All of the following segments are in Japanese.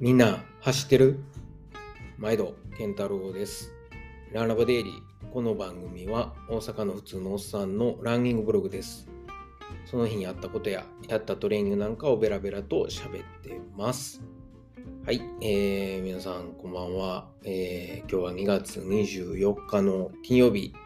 みんな走ってる？毎度健太郎です。ランラボデイリー。この番組は大阪の普通のおっさんのランニングブログです。その日にあったことややったトレーニングなんかをベラベラと喋ってます。はい、皆さんこんばんは。今日は2月24日の金曜日。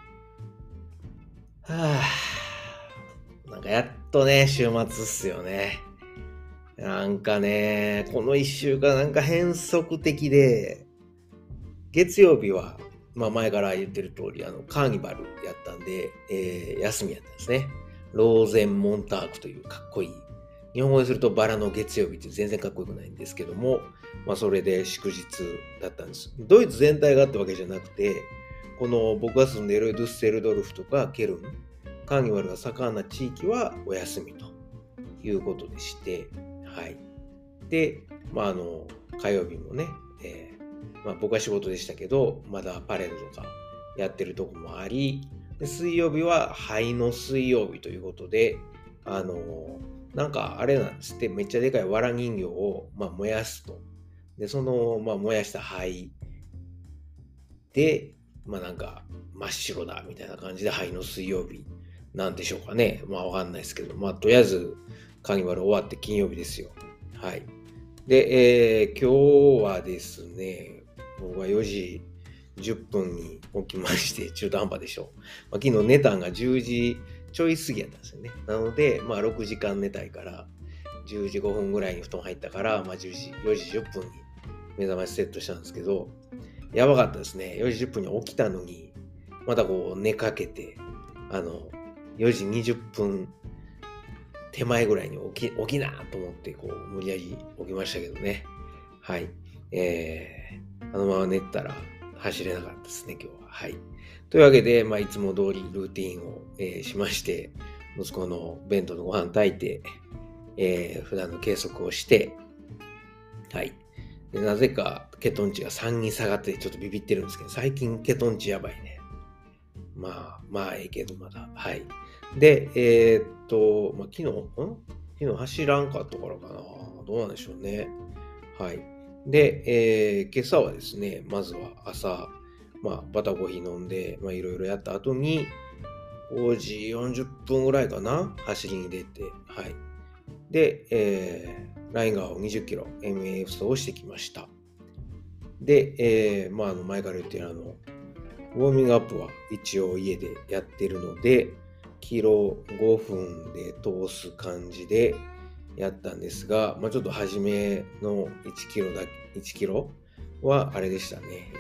なんかやっとね週末っすよね。なんかねこの1週間なんか変則的で、月曜日は、前から言ってる通り、カーニバルやったんで、休みやったんですね。ローゼンモンタークというかっこいい。日本語にするとバラの月曜日って全然かっこよくないんですけども、それで祝日だったんです。ドイツ全体がってわけじゃなくて、この僕が住んでいるドゥッセルドルフとかケルン、カーニバルが盛んな地域はお休みということでして、はい。で、火曜日もね、僕は仕事でしたけど、まだパレードとかやってるとこもあり、で水曜日は灰の水曜日ということで、なんかあれなんですって、めっちゃでかい藁人形を、燃やすと。で、その、燃やした灰で、なんか真っ白だみたいな感じで灰の水曜日なんでしょうかね。わかんないですけど、とりあえずカーニバル終わって金曜日ですよ。はい。で、今日はですね、僕は4時10分に起きまして、中途半端でしょ。昨日寝たんが10時ちょい過ぎやったんですよね。なので、6時間寝たいから、10時5分ぐらいに布団入ったから、4時10分に目覚ましセットしたんですけど、やばかったですね。4時10分に起きたのに、またこう寝かけて、4時20分手前ぐらいに起きなと思って、こう、無理やり起きましたけどね。はい。あのまま寝たら走れなかったですね、今日は。はい。というわけで、いつも通りルーティンを、しまして、息子の弁当のご飯炊いて、普段の計測をして、はい。でなぜかケトン値が3に下がってちょっとビビってるんですけど、最近ケトン値やばいね。ええけどまだ。はい。で、昨日走らんかったからかな。どうなんでしょうね。はい。で、今朝はですね、まずは朝、バタコーヒー飲んで、いろいろやった後に、5時40分ぐらいかな、走りに出て、はい。で、ライン川を20キロ MAF 走をしてきました。で、前から言ってるウォーミングアップは一応家でやってるので、キロ5分で通す感じでやったんですが、ちょっと初めの1キロはあれでしたね。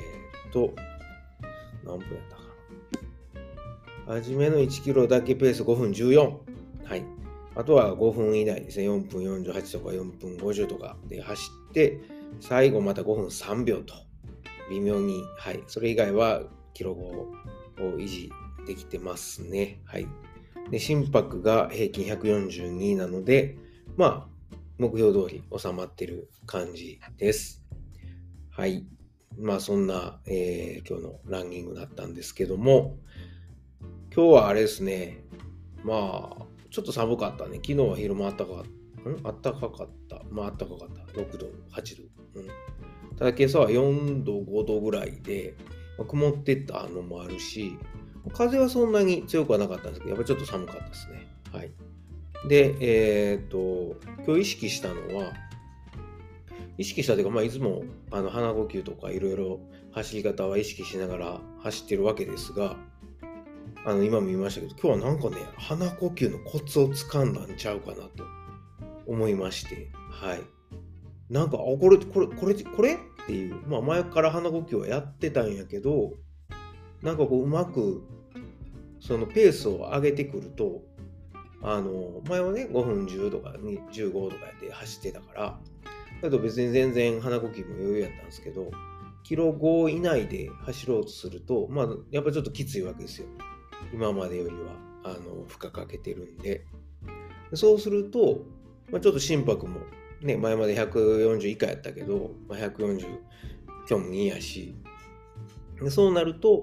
何分やったかな。初めの1キロだけペース5分14。はい。あとは5分以内ですね。4分48とか4分50とかで走って、最後また5分3秒と。微妙に、はい。それ以外はキロ5を維持できてますね。はい。で、心拍が平均142なので、目標通り収まってる感じです。はい。そんな、今日のランニングだったんですけども、今日はあれですね、ちょっと寒かったね。昨日は昼間あったかかった。あったかかった。あったかかった。6度、8度。ただ今朝は4度、5度ぐらいで、曇ってたのもあるし、風はそんなに強くはなかったんですけど、やっぱりちょっと寒かったですね。はい。で、今日意識したのは、意識したというか、いつも鼻呼吸とかいろいろ走り方は意識しながら走ってるわけですが、今も言いましたけど、今日はなんかね、鼻呼吸のコツをつかんだんちゃうかなと思いまして、はい。なんか、これっていう、前から鼻呼吸はやってたんやけど、なんかこう、うまく、そのペースを上げてくると、前はね、5分10とか15とかで走ってたから、だと別に全然鼻呼吸も余裕やったんですけど、キロ5以内で走ろうとすると、やっぱちょっときついわけですよ。今までよりは、負荷かけてるんで。そうすると、ちょっと心拍も、ね、前まで140以下やったけど、140今日もいいやし、そうなると、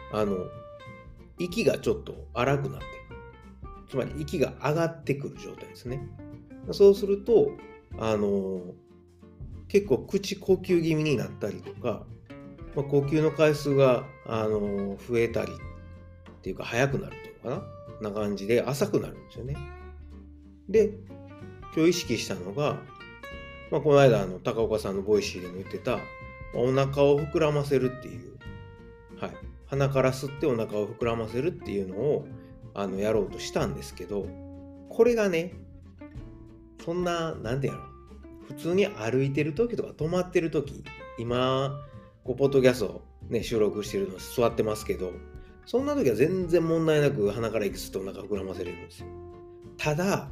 息がちょっと荒くなってくる。つまり息が上がってくる状態ですね。そうすると、 結構口呼吸気味になったりとか、呼吸の回数が、増えたりっていうか早くなるっていうのかな、な感じで浅くなるんですよね。で、今日意識したのが、この間高岡さんのボイシーでも言ってた、お腹を膨らませるっていう、はい、鼻から吸ってお腹を膨らませるっていうのをやろうとしたんですけど、これがね、そんな、なんてやろ、普通に歩いてる時とか止まってる時、今ポッドキャストね、収録してるの座ってますけど、そんな時は全然問題なく鼻から息吸ってお腹膨らませれるんですよ。ただ、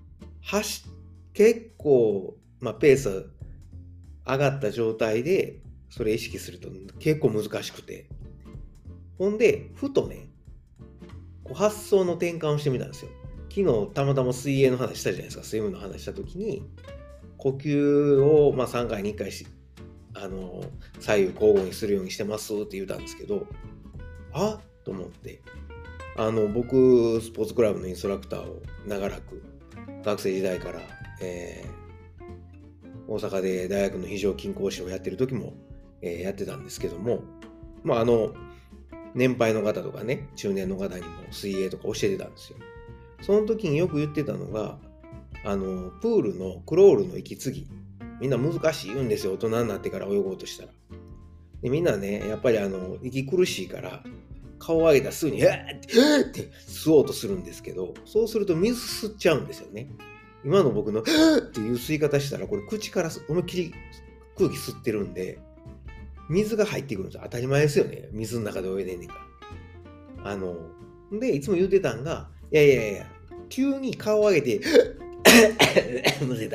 結構、ペース上がった状態でそれ意識すると結構難しくて、ほんでふとね、発想の転換をしてみたんですよ。昨日たまたま水泳の話したじゃないですか。スイムの話した時に呼吸を3回に1回左右交互にするようにしてますって言ったんですけど、と思って、僕スポーツクラブのインストラクターを長らく学生時代から、大阪で大学の非常勤講師をやってる時も、やってたんですけども、年配の方とかね、中年の方にも水泳とか教えてたんですよ。その時によく言ってたのが、プールのクロールの息継ぎ、みんな難しい言うんですよ、大人になってから泳ごうとしたら。でみんなね、やっぱり息苦しいから顔を上げたらすぐにって吸おうとするんですけど、そうすると水吸っちゃうんですよね。今の僕のっていう吸い方したら、これ口から思いっきり空気吸ってるんで、水が入ってくるんですよ。当たり前ですよね。水の中で泳いでんねんから。で、いつも言ってたんが、いや、急に顔を上げてむせた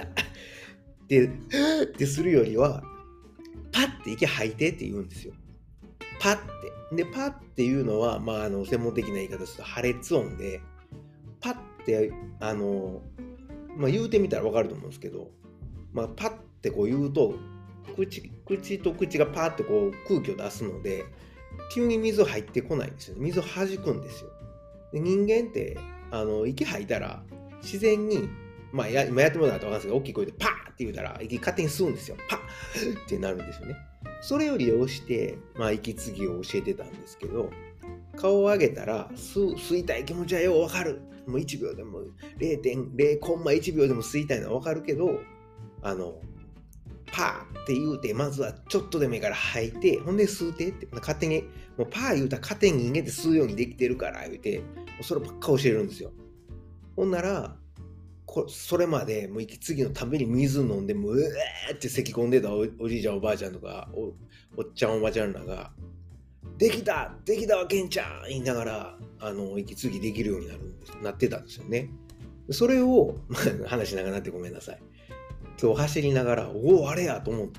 でするよりは、パッて息吐いてって言うんですよ。パッて。で、パッていうのは、専門的な言い方ですと破裂音で、パッて、言うてみたらわかると思うんですけど、パッてこう言うと、口と口がパーってこう空気を出すので、急に水入ってこないんですよね。水を弾くんですよ。で人間って息吐いたら自然に、今やってもらったら分かるんですけど、大きい声でパーって言うたら息勝手に吸うんですよ。パッってなるんですよね。それを利用して、息継ぎを教えてたんですけど、顔を上げたら吸いたい気持ちはよう分かる。もう1秒でも 0.0 コンマ1秒でも吸いたいのは分かるけど、パーって言うて、まずはちょっとでもいいから吐いて、ほんで吸うてって、勝手に、もうパー言うたら勝手に人間って吸うようにできてるから言うて、そればっか教えるんですよ。ほんなら、それまでもう息継ぎのために水飲んで、もうって咳込んでたおじいちゃんおばあちゃんとか、おっちゃんおばちゃんらが、できたわけんちゃん言いながら、息継ぎできるようになってたんですよね。それを、話しながらなってごめんなさい。今日走りながら、あれやと思って、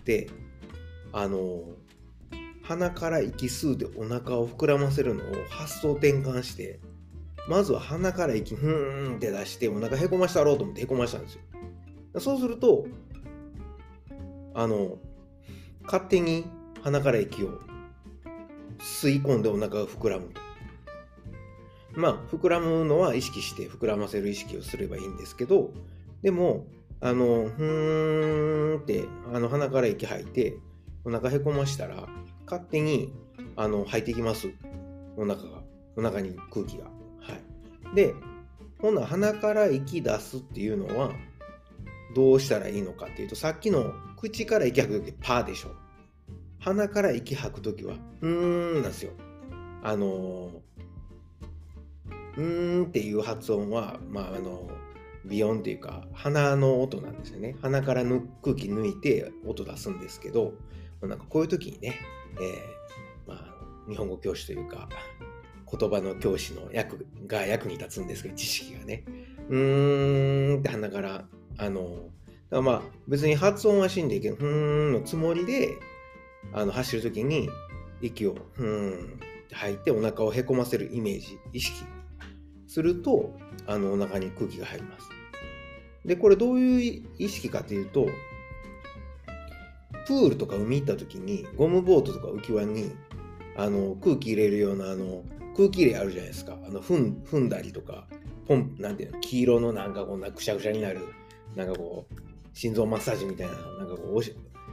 鼻から息吸うでお腹を膨らませるのを発想転換して、まずは鼻から息ふーんって出してお腹へこましたろうと思ってへこましたんですよ。そうすると、勝手に鼻から息を吸い込んでお腹が膨らむと。膨らむのは意識して膨らませる意識をすればいいんですけど、でも、ふーんって鼻から息吐いてお腹へこましたら勝手に入っていきます。お腹に空気が。はい。で、ほな鼻から息出すっていうのはどうしたらいいのかっていうと、さっきの口から息吐くときパーでしょ。鼻から息吐くときはなんですよ。っていう発音はビヨンっていうか鼻の音なんですよね。鼻から空気抜いて音出すんですけど、こういう時にね、日本語教師というか言葉の教師の役に立つんですけど、知識がね、って鼻から別に発音はしんでいいけど、のつもりで走る時に息をって吐いてお腹をへこませるイメージ意識するとお腹に空気が入ります。でこれどういう意識かというと、プールとか海行った時にゴムボートとか浮き輪に空気入れるような空気入れあるじゃないですか。踏んだりとかなんていうの、黄色のこんなくしゃくしゃになるこう心臓マッサージみたいな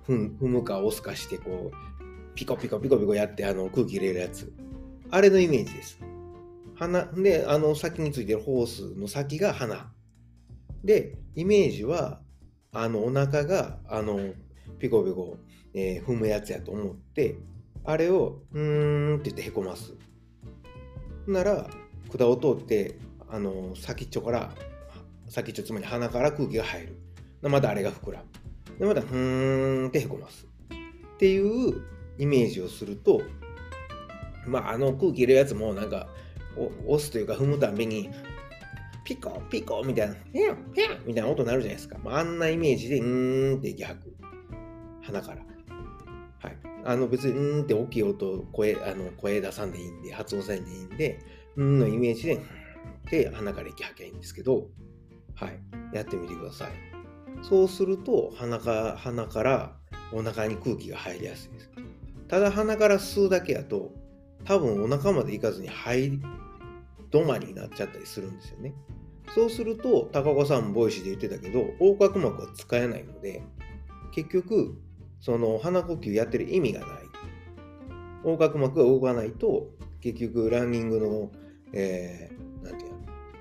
踏むか押すかしてこうピコピコピコピコやって空気入れるやつ、あれのイメージです。鼻で先についてるホースの先が鼻で、イメージはお腹がピコピコ、踏むやつやと思って、あれをって言ってへこます。なら管を通って先っちょつまり鼻から空気が入る。またあれが膨らむ。でまたってへこますっていうイメージをすると、空気入れるやつもなんか押すというか踏むたびにピコピコみたいなピャンピャンみたいな音になるじゃないですか。あんなイメージでって息吐く、鼻から。はい。別にって大きい音声出さんでいいんで、発音せんでいいんで、のイメージで鼻から息吐きゃいいんですけど、はい。やってみてください。そうすると鼻からお腹に空気が入りやすいです。ただ鼻から吸うだけやと多分お腹まで行かずに入り止まりになっちゃったりするんですよね。そうすると高岡さんもボイシーで言ってたけど、横隔膜は使えないので、結局その鼻呼吸やってる意味がない。横隔膜が動かないと結局ランニングのなんていう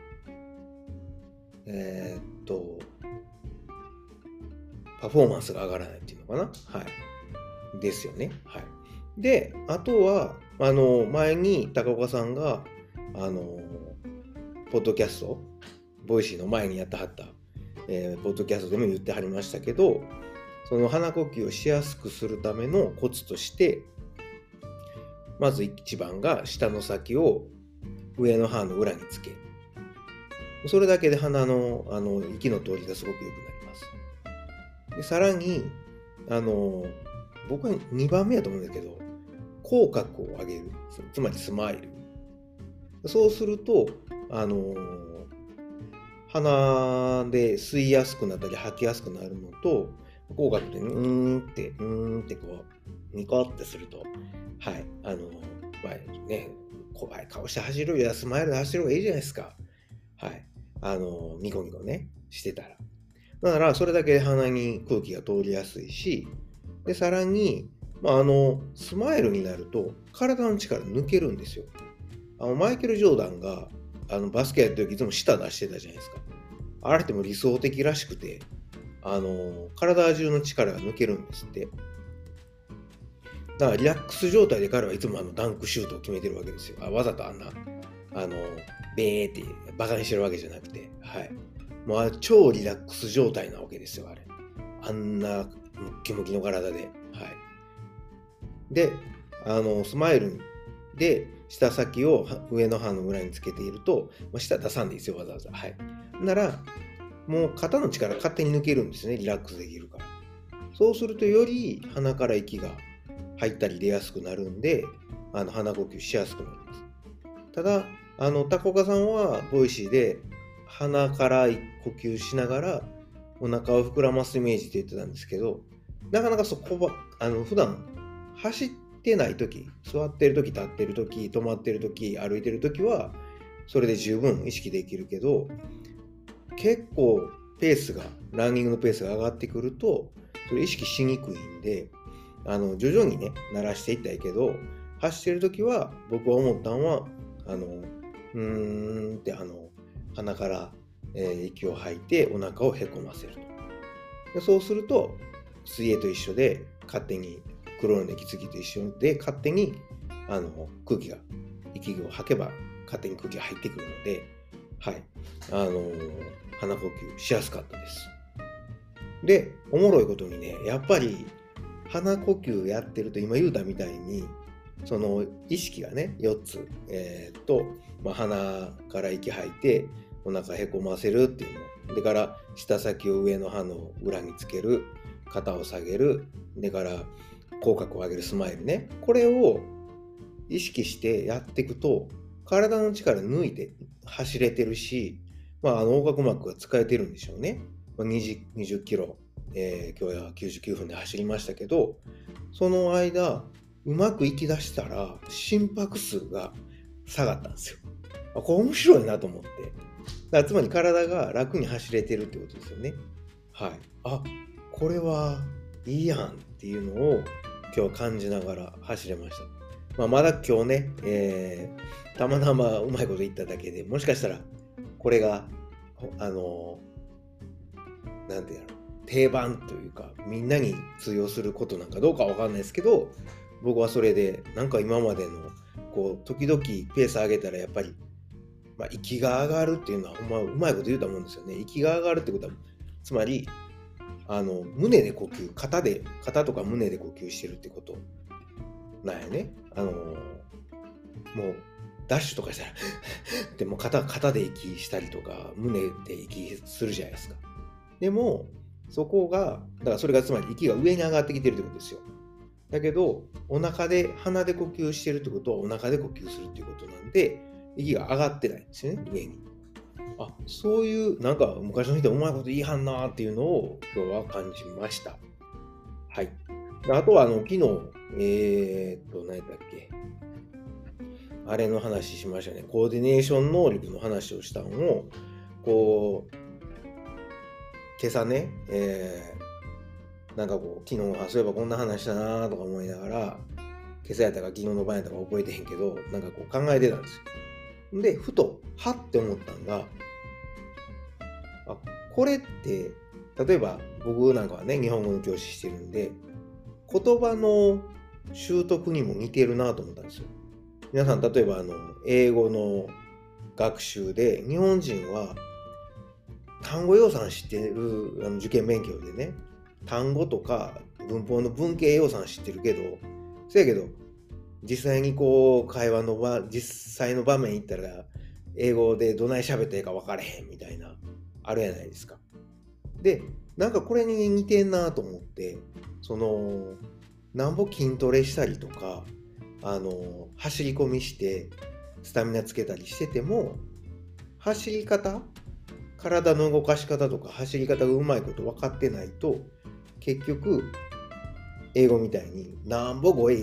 パフォーマンスが上がらないっていうのかな。はい。ですよね。はい。で、あとは、前に高岡さんが、ポッドキャスト、ボイシーの前にやってはった、ポッドキャストでも言ってはりましたけど、その鼻呼吸をしやすくするためのコツとして、まず一番が舌の先を上の歯の裏につけ、それだけで鼻の息の通りがすごく良くなります。でさらに僕は2番目やと思うんですけど、口角を上げる、つまりスマイル。そうすると鼻で吸いやすくなったり吐きやすくなるのと、口角でってこうニコってすると、はい怖い顔して走るよりスマイルで走る方がいいじゃないですか。はい。ニコニコね、してたら。だから、それだけで鼻に空気が通りやすいし、で、さらに、スマイルになると、体の力抜けるんですよ。マイケル・ジョーダンが、バスケやってる時いつも舌出してたじゃないですか。あれっても理想的らしくて、体中の力が抜けるんですって。だからリラックス状態で彼はいつもダンクシュートを決めてるわけですよ。わざとベーってバカにしてるわけじゃなくて、はい。もう超リラックス状態なわけですよ、あれ。あんなムッキムキの体で。はい。で、スマイルで舌先を上の歯の裏につけていると、舌出さんでいいですよ、わざわざ。はい。なら、もう肩の力勝手に抜けるんですね、リラックスできるから。そうするとより鼻から息が入ったり出やすくなるんで、鼻呼吸しやすくなります。ただ、高岡さんはボイシーで鼻から呼吸しながらお腹を膨らますイメージって言ってたんですけど、なかなかそこは普段走ってない時、座ってる時、立ってる時、止まってる時、歩いてる時はそれで十分意識できるけど、結構ランニングのペースが上がってくるとそれ意識しにくいんで、徐々にね慣らしていったらいいけど、走ってる時は僕は思ったのはって鼻から、息を吐いてお腹をへこませると。でそうすると水泳と一緒で勝手にクローンの息継ぎと一緒で勝手に息を吐けば勝手に空気が入ってくるので、はい、鼻呼吸しやすかったです。でおもろいことにね、やっぱり鼻呼吸やってると今言うたみたいにその意識がね4つ、鼻から息吐いてお腹へこませるっていうのでから舌先を上の歯の裏につける、肩を下げる、でから口角を上げるスマイルね、これを意識してやっていくと体の力抜いて走れてるし、横隔膜が使えてるんでしょうね。20キロ、今日は99分で走りましたけど、その間うまく息出したら心拍数が下がったんですよ。これ面白いなと思って。だからつまり体が楽に走れてるってことですよね。はい。これはいいやんっっていうのを今日感じながら走れました。まだ今日ね、たまたまうまいこと言っただけで、もしかしたらこれがなんていうの、定番というかみんなに通用することなんかどうかわかんないですけど、僕はそれでなんか今までの時々ペース上げたらやっぱり、息が上がるっていうのはうまいこと言うと思うんですよね。息が上がるってことはつまり胸で呼吸、肩とか胸で呼吸してるってことなんやね。もうダッシュとかしたらでも肩で息したりとか胸で息するじゃないですか。でもそこがだからそれがつまり息が上に上がってきてるってことですよ。だけど鼻で呼吸してるってことはお腹で呼吸するっていうことなんで、息が上がってないんですよね、上に。そういうなんか昔の人うまいこと言いはんなーっていうのを今日は感じました。はい。あとは昨日何やったっけ、あれの話しましたね。コーディネーション能力の話をしたのを今朝ね、なんか昨日そういえばこんな話したなーとか思いながら、今朝やったか昨日の晩やったか覚えてへんけど、なんか考えてたんですよ。でふとはって思ったんが、これって例えば僕なんかはね日本語の教師してるんで、言葉の習得にも似てるなと思ったんですよ。皆さん例えば英語の学習で日本人は単語要素知ってる、受験勉強でね単語とか文法の文系要素知ってるけど、せやけど実際に会話の実際の場面行ったら英語でどない喋っていいか分からへんみたいなあるやないですか。でなんかこれに似てんなと思って、なんぼ筋トレしたりとか走り込みしてスタミナつけたりしてても、走り方、体の動かし方とか走り方がうまいこと分かってないと、結局英語みたいになんぼ語彙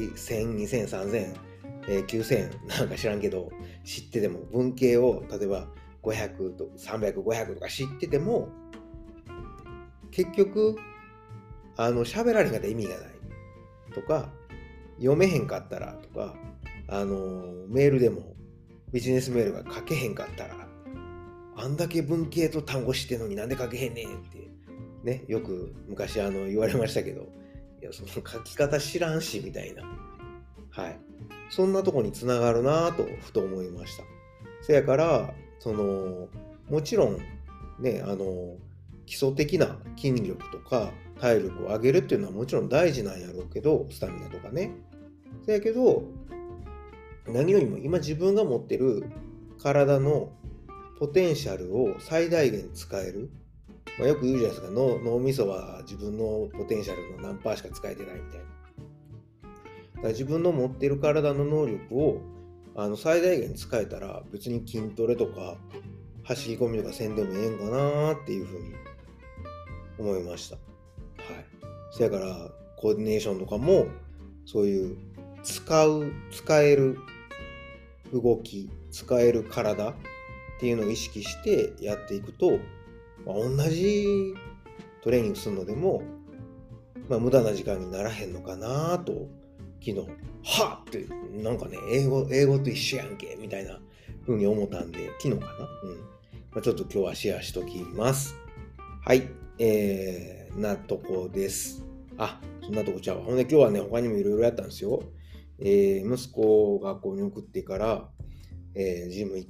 1000、2000、3000、9000なんか知らんけど知ってても、文系を例えば500と300、500とか知ってても結局喋られへんかったら意味がないとか、読めへんかったらとか、メールでもビジネスメールが書けへんかったら、あんだけ文系と単語知ってんのになんで書けへんねんってね、よく昔言われましたけど、いやその書き方知らんしみたいな、はい、そんなとこにつながるなとふと思いました。せやからもちろんね基礎的な筋力とか体力を上げるっていうのはもちろん大事なんやろうけど、スタミナとかね。せやけど何よりも今自分が持ってる体のポテンシャルを最大限使える、よく言うじゃないですか、脳みそは自分のポテンシャルの何パーしか使えてないみたいな。だから自分の持ってる体の能力を最大限使えたら、別に筋トレとか走り込みとかせんでもええんかなっていうふうに思いました。はい。そやからコーディネーションとかもそういう使える動き、使える体っていうのを意識してやっていくと、同じトレーニングするのでも、無駄な時間にならへんのかなと昨日はっってなんかね英語と一緒やんけみたいな風に思ったんで、昨日かな、ちょっと今日はシェアしときます。はい、なとこです。そんなとこちゃうわ。ほんで今日はね他にもいろいろやったんですよ。息子を学校に送ってから、ジム行って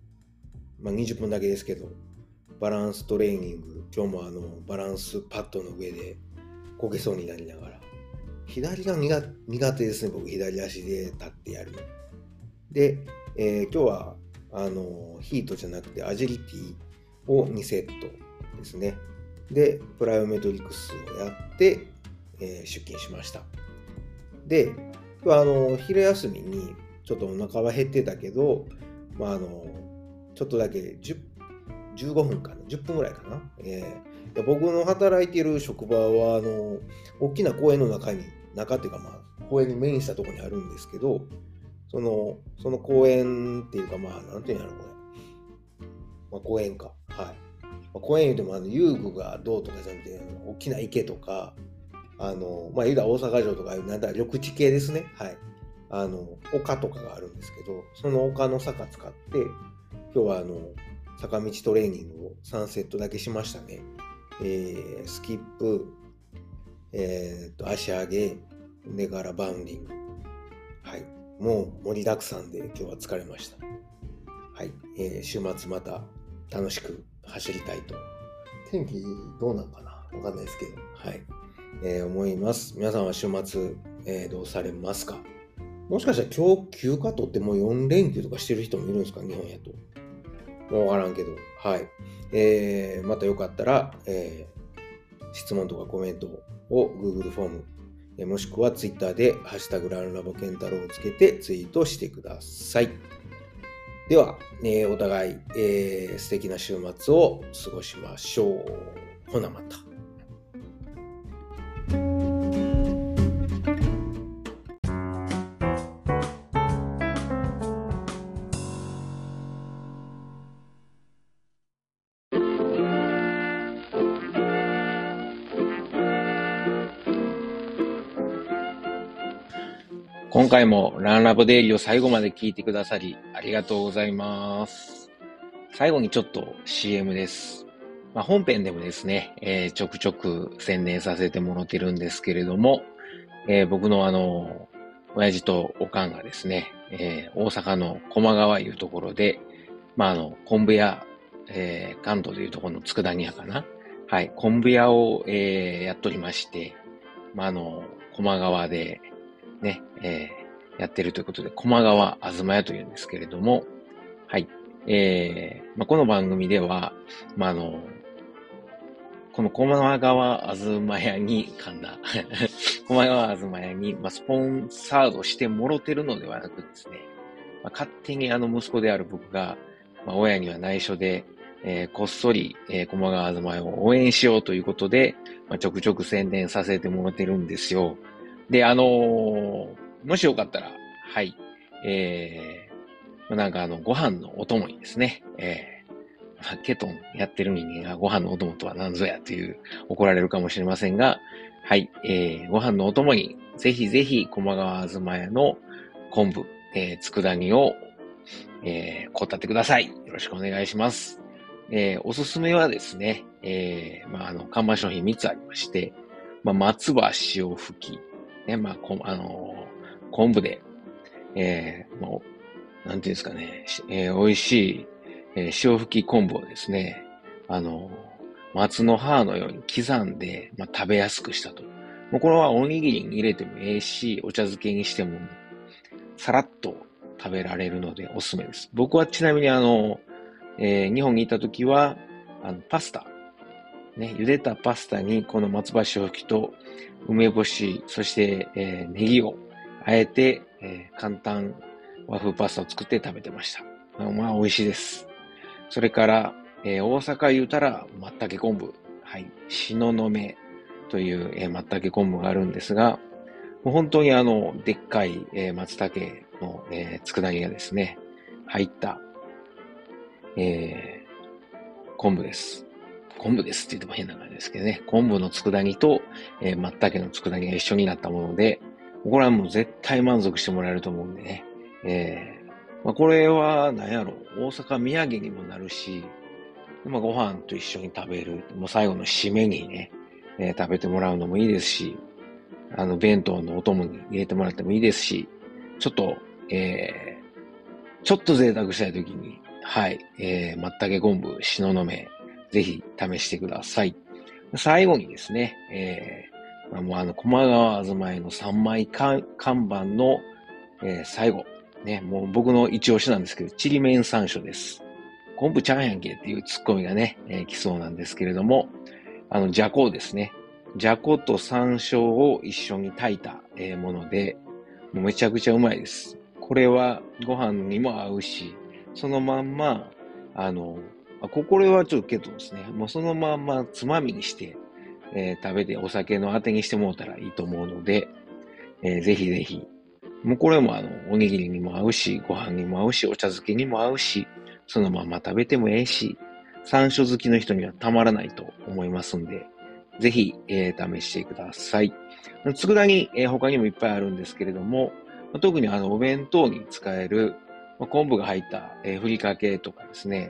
、20分だけですけどバランストレーニング、今日もバランスパッドの上でこけそうになりながら、左が苦手ですね、僕左足で立ってやるので、今日はヒートじゃなくてアジリティを2セットですね。でプライオメトリクスをやって、出勤しました。で今日は昼休みにちょっとお腹は減ってたけど、ちょっとだけ15分かな、10分ぐらいかな。僕の働いている職場は大きな公園の中っていうか公園に面したところにあるんですけど、その公園っていうかなんていうんやろこれ、公園か、はい。公園言うても遊具がどうとかじゃなくて大きな池とか言うたら大阪城とか、なんだ、緑地系ですね。はい。丘とかがあるんですけど、その丘の坂使って、今日は坂道トレーニングを3セットだけしましたね。スキップ、足上げ、腕からバウンディング。はい。もう盛りだくさんで今日は疲れました。はい。週末また楽しく走りたいと。天気どうなんかなわかんないですけど。はい。思います。皆さんは週末、どうされますか？もしかしたら今日休暇取ってもう4連休とかしてる人もいるんですか？日本やと。もうわからんけど。はい。またよかったら、質問とかコメントを Google フォーム、もしくは Twitter でハッシュタグランラボケンタロウをつけてツイートしてください。では、お互い、素敵な週末を過ごしましょう。ほなまた。 今回もランラボデイリーを最後まで聞いてくださりありがとうございます。最後にちょっと CM です。本編でもですね、ちょくちょく宣伝させてもらってるんですけれども、僕の親父とおかんがですね、大阪の駒川いうところで、昆布屋、関東でいうところの佃煮屋かな。はい、昆布屋を、やっとりまして、駒川で、ね、やってるということで、駒川あずま屋というんですけれども、はい。この番組では、この駒川あずま屋に、駒川あずま屋に、スポンサードしてもろてるのではなくですね、勝手に息子である僕が、親には内緒で、こっそり、駒川あずま屋を応援しようということで、ちょくちょく宣伝させてもらってるんですよ。で、もしよかったら、はい、ご飯のお供にですね、ケトンやってる人間がご飯のお供とは何ぞやという怒られるかもしれませんが、はい、ご飯のお供にぜひぜひ駒川あずま屋の昆布、佃煮を、こったってください。よろしくお願いします。おすすめはですね、看板商品3つありまして、松葉塩吹き、ね、昆布で、なんていうんですかね、美味しい、塩吹き昆布をですね、松の葉のように刻んで、食べやすくしたと。もうこれはおにぎりに入れてもええし、お茶漬けにしても、さらっと食べられるのでおすすめです。僕はちなみに日本にいた時は、パスタ、ね、茹でたパスタにこの松葉塩吹きと梅干し、そして、ネギをあえて、簡単和風パスタを作って食べてました。美味しいです。それから、大阪言うたら松茸昆布、はい、東雲という、松茸昆布があるんですが、もう本当にでっかい、松茸の、佃煮がですね、入った、昆布です。昆布ですって言っても変な感じですけどね。昆布の佃煮と、松茸の佃煮が一緒になったもので、これはもう絶対満足してもらえると思うんでね。これは何やろ、大阪土産にもなるし、ご飯と一緒に食べる、もう最後の締めにね、食べてもらうのもいいですし、弁当のお供に入れてもらってもいいですし、ちょっと、ちょっと贅沢したいときに、はい、松茸昆布、東雲、ぜひ試してください。最後にですね、駒川あずまいの3枚看板の、最後、ね、もう僕の一押しなんですけど、ちりめん山椒です。昆布ちゃんやんけっていうツッコミがね、来そうなんですけれども、じゃこですね。じゃこと山椒を一緒に炊いた、もので、もうめちゃくちゃうまいです。これはご飯にも合うし、そのまんま、これはちょっとケトですね。もうそのまんまつまみにして、食べてお酒のあてにしてもらったらいいと思うので、ぜひぜひ。もうこれもおにぎりにも合うし、ご飯にも合うし、お茶漬けにも合うし、そのまま食べてもええし、山椒好きの人にはたまらないと思いますんで、 ぜひ、試してください。佃煮、他にもいっぱいあるんですけれども、特にお弁当に使える、昆布が入った、ふりかけとかですね、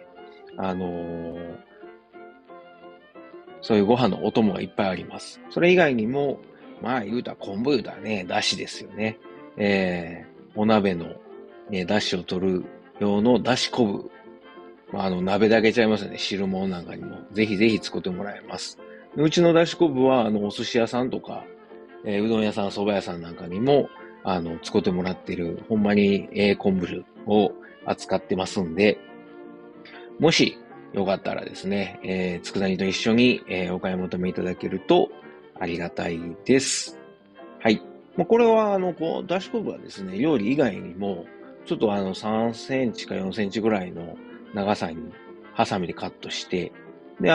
そういうご飯のお供がいっぱいあります。それ以外にも、まあ言うたら昆布言うたらね、だしですよね。お鍋の、だしを取る用のだし昆布。鍋だけちゃいますよね。汁物なんかにも。ぜひぜひ作ってもらえます。うちのだし昆布は、お寿司屋さんとか、うどん屋さん、蕎麦屋さんなんかにも、使ってもらってる、ほんまに、昆布を扱ってますんで、もし、よかったらですね、佃煮と一緒に、お買い求めいただけるとありがたいです。はい。これは、だし昆布はですね、料理以外にも、ちょっと3センチか4センチぐらいの長さに、ハサミでカットして、で、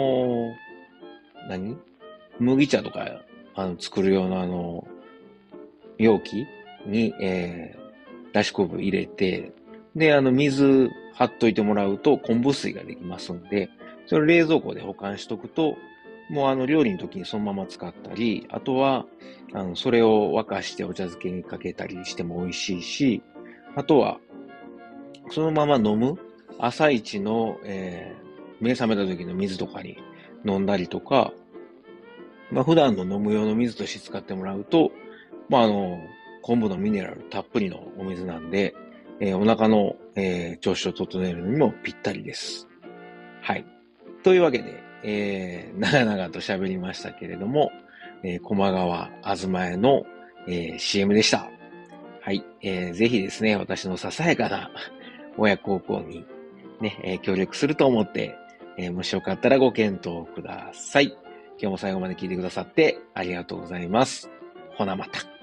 麦茶とか、作る用の容器に、だし昆布入れて、で、水張っといてもらうと昆布水ができますんで、それを冷蔵庫で保管しとくと、もう料理の時にそのまま使ったり、あとは、それを沸かしてお茶漬けにかけたりしても美味しいし、あとは、そのまま飲む朝一の、目覚めた時の水とかに飲んだりとか、普段の飲む用の水として使ってもらうと、昆布のミネラルたっぷりのお水なんで、お腹の、調子を整えるのにもぴったりです。はい。というわけで、長々と喋りましたけれども、駒川あずまえの、CM でした。はい。ぜひですね、私のささやかな親孝行にね、協力すると思って、もしよかったらご検討ください。今日も最後まで聞いてくださってありがとうございます。ほなまた。